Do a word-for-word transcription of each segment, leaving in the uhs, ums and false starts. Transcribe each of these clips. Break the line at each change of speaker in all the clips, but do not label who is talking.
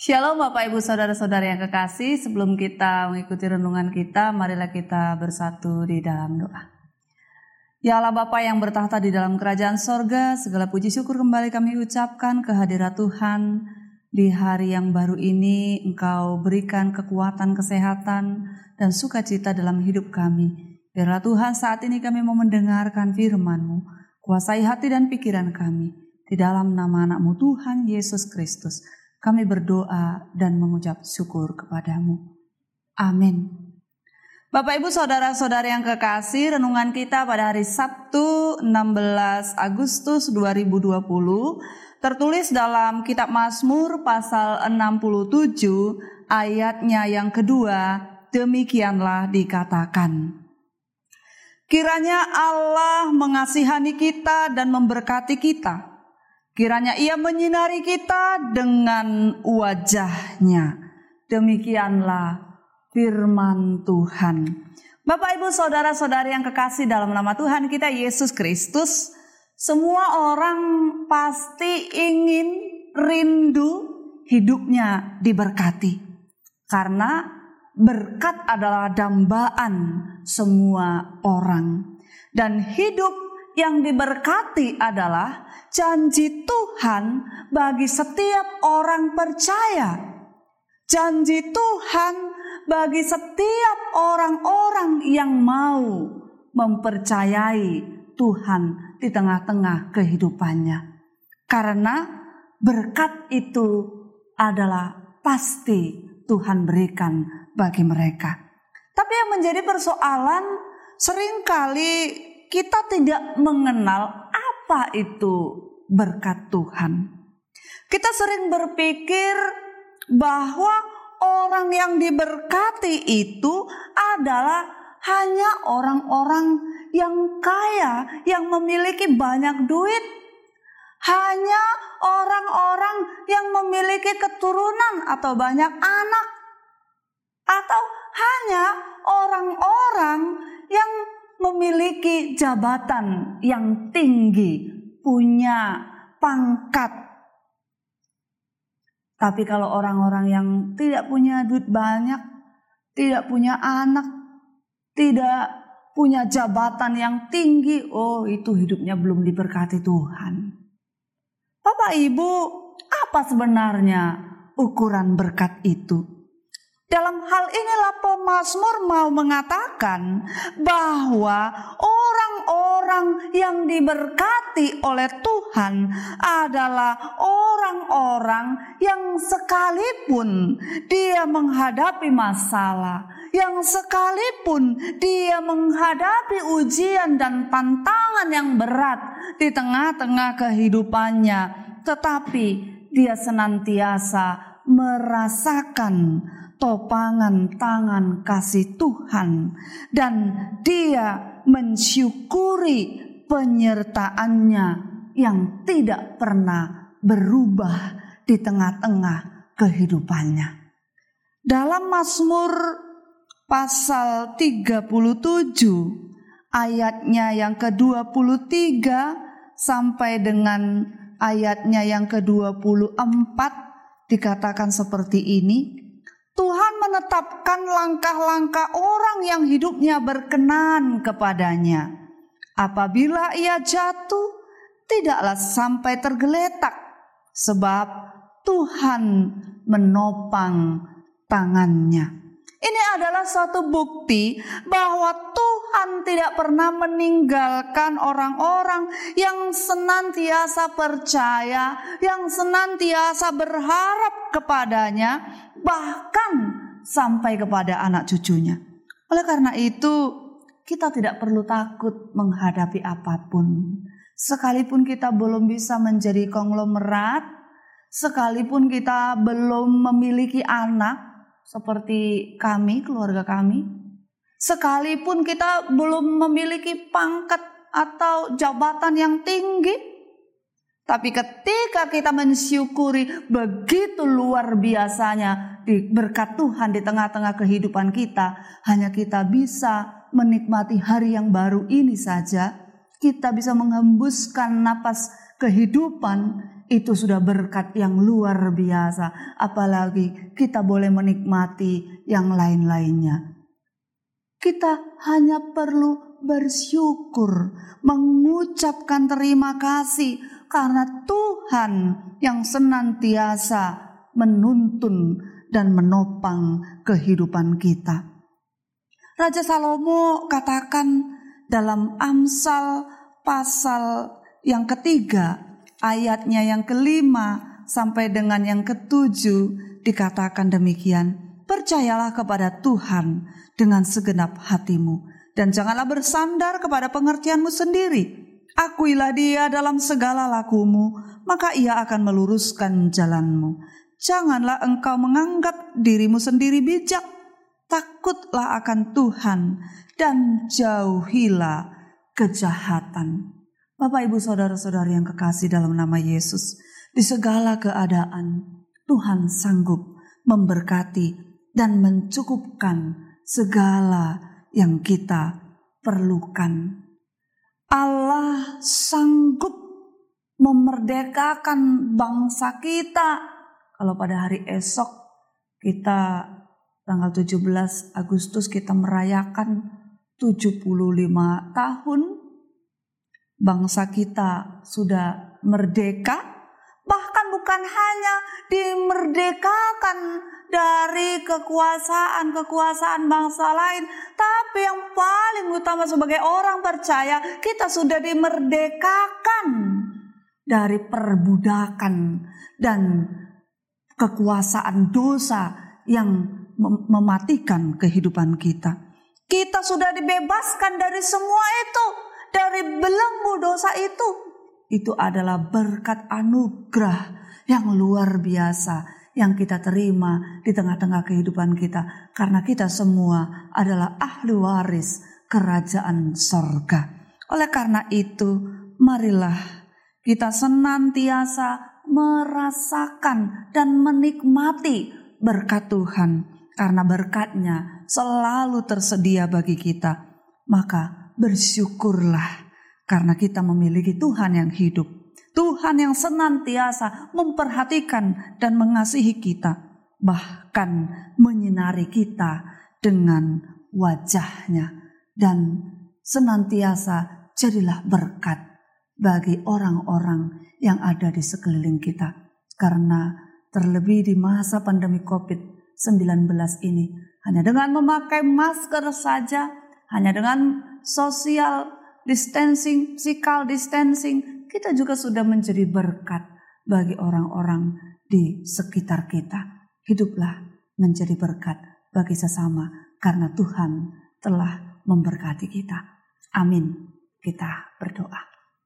Shalom Bapak Ibu Saudara-saudara yang kekasih, sebelum kita mengikuti renungan kita, marilah kita bersatu di dalam doa. Ya Allah Bapa yang bertahta di dalam kerajaan sorga, segala puji syukur kembali kami ucapkan kehadirat Tuhan. Di hari yang baru ini Engkau berikan kekuatan, kesehatan, dan sukacita dalam hidup kami. Biarlah Tuhan saat ini kami mau mendengarkan firman-Mu, kuasai hati dan pikiran kami. Di dalam nama anak-Mu Tuhan Yesus Kristus, kami berdoa dan mengucap syukur kepadamu. Amin. Bapak Ibu Saudara-saudari yang kekasih, renungan kita pada hari Sabtu enam belas Agustus dua ribu dua puluh tertulis dalam kitab Mazmur pasal enam puluh tujuh ayatnya yang kedua, demikianlah dikatakan. Kiranya Allah mengasihani kita dan memberkati kita. Kiranya Ia menyinari kita dengan wajah-Nya. Demikianlah firman Tuhan. Bapak Ibu Saudara-saudari yang kekasih dalam nama Tuhan kita Yesus Kristus, semua orang pasti ingin rindu hidupnya diberkati. Karena berkat adalah dambaan semua orang. Dan hidup yang diberkati adalah janji Tuhan bagi setiap orang percaya. Janji Tuhan bagi setiap orang-orang yang mau mempercayai Tuhan di tengah-tengah kehidupannya. Karena berkat itu adalah pasti Tuhan berikan bagi mereka. Tapi yang menjadi persoalan, seringkali kita tidak mengenal apa itu berkat Tuhan. Kita sering berpikir bahwa orang yang diberkati itu adalah hanya orang-orang yang kaya, yang memiliki banyak duit. Hanya orang-orang yang memiliki keturunan atau banyak anak. Atau hanya orang-orang yang memiliki jabatan yang tinggi, punya pangkat. Tapi kalau orang-orang yang tidak punya duit banyak, tidak punya anak, tidak punya jabatan yang tinggi, oh itu hidupnya belum diberkati Tuhan. Bapak Ibu, apa sebenarnya ukuran berkat itu? Dalam hal inilah pemazmur mau mengatakan bahwa orang-orang yang diberkati oleh Tuhan adalah orang-orang yang sekalipun dia menghadapi masalah, yang sekalipun dia menghadapi ujian dan tantangan yang berat di tengah-tengah kehidupannya, tetapi dia senantiasa merasakan topangan tangan kasih Tuhan dan dia mensyukuri penyertaannya yang tidak pernah berubah di tengah-tengah kehidupannya. Dalam Mazmur pasal tiga puluh tujuh ayatnya yang ke dua puluh tiga sampai dengan ayatnya yang ke dua puluh empat dikatakan seperti ini. Tuhan menetapkan langkah-langkah orang yang hidupnya berkenan kepadanya. Apabila ia jatuh, tidaklah sampai tergeletak, sebab Tuhan menopang tangannya. Ini adalah suatu bukti bahwa Tuhan tidak pernah meninggalkan orang-orang yang senantiasa percaya, yang senantiasa berharap kepadanya, bahkan sampai kepada anak cucunya. Oleh karena itu, kita tidak perlu takut menghadapi apapun. Sekalipun kita belum bisa menjadi konglomerat, sekalipun kita belum memiliki anak, seperti kami, keluarga kami. Sekalipun kita belum memiliki pangkat atau jabatan yang tinggi. Tapi ketika kita mensyukuri begitu luar biasanya berkat Tuhan di tengah-tengah kehidupan kita, hanya kita bisa menikmati hari yang baru ini saja. Kita bisa menghembuskan napas kehidupan. itu sudah berkat yang luar biasa. Apalagi kita boleh menikmati yang lain-lainnya. Kita hanya perlu bersyukur, mengucapkan terima kasih karena Tuhan yang senantiasa menuntun dan menopang kehidupan kita. Raja Salomo katakan dalam Amsal pasal yang ketiga, ayatnya yang kelima sampai dengan yang ketujuh dikatakan demikian. Percayalah kepada Tuhan dengan segenap hatimu dan janganlah bersandar kepada pengertianmu sendiri. Akuilah Dia dalam segala lakumu, maka Ia akan meluruskan jalanmu. Janganlah engkau menganggap dirimu sendiri bijak. Takutlah akan Tuhan dan jauhilah kejahatan. Bapak, Ibu, saudara-saudari yang kekasih dalam nama Yesus, di segala keadaan Tuhan sanggup memberkati dan mencukupkan segala yang kita perlukan. Allah sanggup memerdekakan bangsa kita. Kalau pada hari esok kita tanggal tujuh belas Agustus kita merayakan tujuh puluh lima tahun bangsa kita sudah merdeka, bahkan bukan hanya dimerdekakan dari kekuasaan-kekuasaan bangsa lain, tapi yang paling utama sebagai orang percaya, kita sudah dimerdekakan dari perbudakan dan kekuasaan dosa yang mem- mematikan kehidupan kita. Kita sudah dibebaskan dari semua itu, dari belenggu dosa itu. Itu adalah berkat anugerah yang luar biasa yang kita terima di tengah-tengah kehidupan kita, karena kita semua adalah ahli waris kerajaan sorga. Oleh karena itu, marilah kita senantiasa merasakan dan menikmati berkat Tuhan, karena berkatnya selalu tersedia bagi kita. Maka bersyukurlah karena kita memiliki Tuhan yang hidup, Tuhan yang senantiasa memperhatikan dan mengasihi kita, bahkan menyinari kita dengan wajahnya, dan senantiasa jadilah berkat bagi orang-orang yang ada di sekeliling kita. Karena terlebih di masa pandemi covid sembilan belas ini, hanya dengan memakai masker saja, hanya dengan social distancing, physical distancing, kita juga sudah menjadi berkat bagi orang-orang di sekitar kita. Hiduplah menjadi berkat bagi sesama karena Tuhan telah memberkati kita. Amin. Kita berdoa.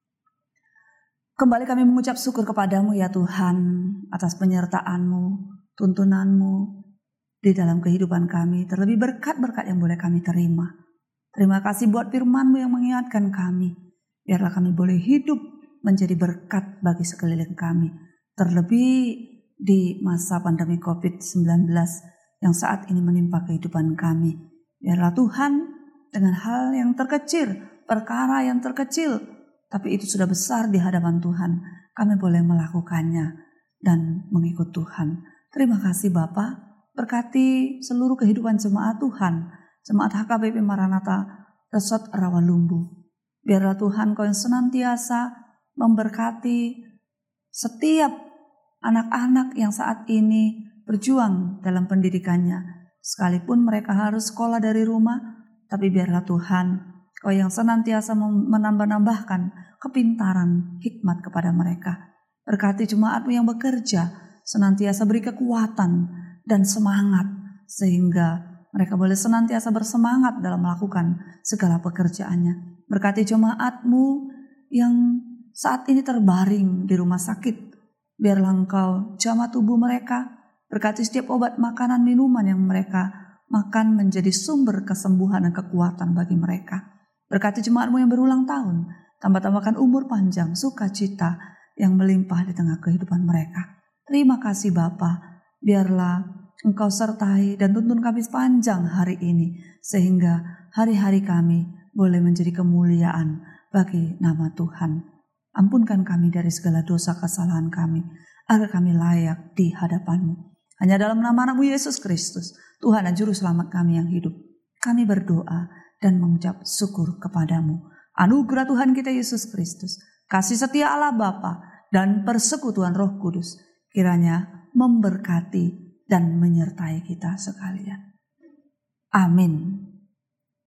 Kembali kami mengucap syukur kepadamu ya Tuhan atas penyertaan-Mu, tuntunan-Mu di dalam kehidupan kami. Terlebih berkat-berkat yang boleh kami terima. Terima kasih buat firman-Mu yang mengingatkan kami. Biarlah kami boleh hidup menjadi berkat bagi sekeliling kami. Terlebih di masa pandemi covid sembilan belas yang saat ini menimpa kehidupan kami. Biarlah Tuhan dengan hal yang terkecil, perkara yang terkecil, tapi itu sudah besar di hadapan Tuhan, kami boleh melakukannya dan mengikut Tuhan. Terima kasih Bapa. Berkati seluruh kehidupan jemaat Tuhan, jemaat H K B P Maranatha Resort Rawalumbu. Biarlah Tuhan Kau yang senantiasa memberkati setiap anak-anak yang saat ini berjuang dalam pendidikannya. Sekalipun mereka harus sekolah dari rumah, tapi biarlah Tuhan Kau yang senantiasa menambah-nambahkan kepintaran, hikmat kepada mereka. Berkati jemaat-Mu yang bekerja, senantiasa beri kekuatan dan semangat, sehingga mereka boleh senantiasa bersemangat dalam melakukan segala pekerjaannya. Berkati jemaat-Mu yang saat ini terbaring di rumah sakit. Biarlah Engkau jamah tubuh mereka. Berkati setiap obat, makanan, minuman yang mereka makan menjadi sumber kesembuhan dan kekuatan bagi mereka. Berkati jemaat-Mu yang berulang tahun. Tambah-tambahkan umur panjang, sukacita yang melimpah di tengah kehidupan mereka. Terima kasih Bapa. Biarlah Engkau sertai dan tuntun kami sepanjang hari ini, sehingga hari-hari kami boleh menjadi kemuliaan bagi nama Tuhan. Ampunkan kami dari segala dosa kesalahan kami, agar kami layak di hadapan-Mu. Hanya dalam nama Anak-Mu Yesus Kristus, Tuhan dan Juru Selamat kami yang hidup, kami berdoa dan mengucap syukur kepada-Mu. Anugerah Tuhan kita Yesus Kristus, kasih setia Allah Bapa, dan persekutuan Roh Kudus, kiranya memberkati dan menyertai kita sekalian. Amin.